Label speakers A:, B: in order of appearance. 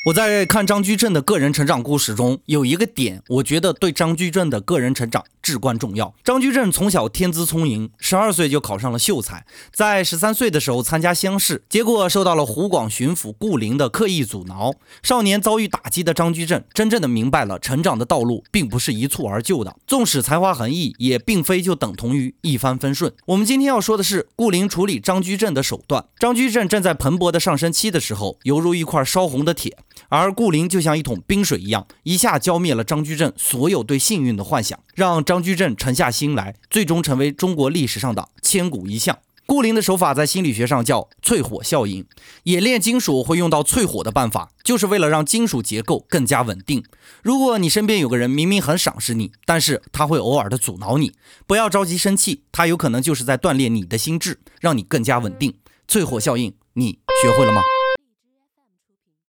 A: 我在看张居正的个人成长故事中，有一个点，我觉得对张居正的个人成长至关重要。张居正从小天资聪颖，12岁就考上了秀才，在13岁的时候参加乡试，结果受到了湖广巡抚顾灵的刻意阻挠。少年遭遇打击的张居正，真正的明白了成长的道路并不是一蹴而就的，纵使才华横溢，也并非就等同于一帆风顺。我们今天要说的是顾灵处理张居正的手段。张居正正在蓬勃的上升期的时候，犹如一块烧红的铁，而顾灵就像一桶冰水一样，一下浇灭了张居正所有对幸运的幻想，让张居正沉下心来，最终成为中国历史上的千古一相。顾灵的手法在心理学上叫淬火效应，冶炼金属会用到淬火的办法，就是为了让金属结构更加稳定。如果你身边有个人明明很赏识你，但是他会偶尔的阻挠你，不要着急生气，他有可能就是在锻炼你的心智，让你更加稳定。淬火效应，你学会了吗？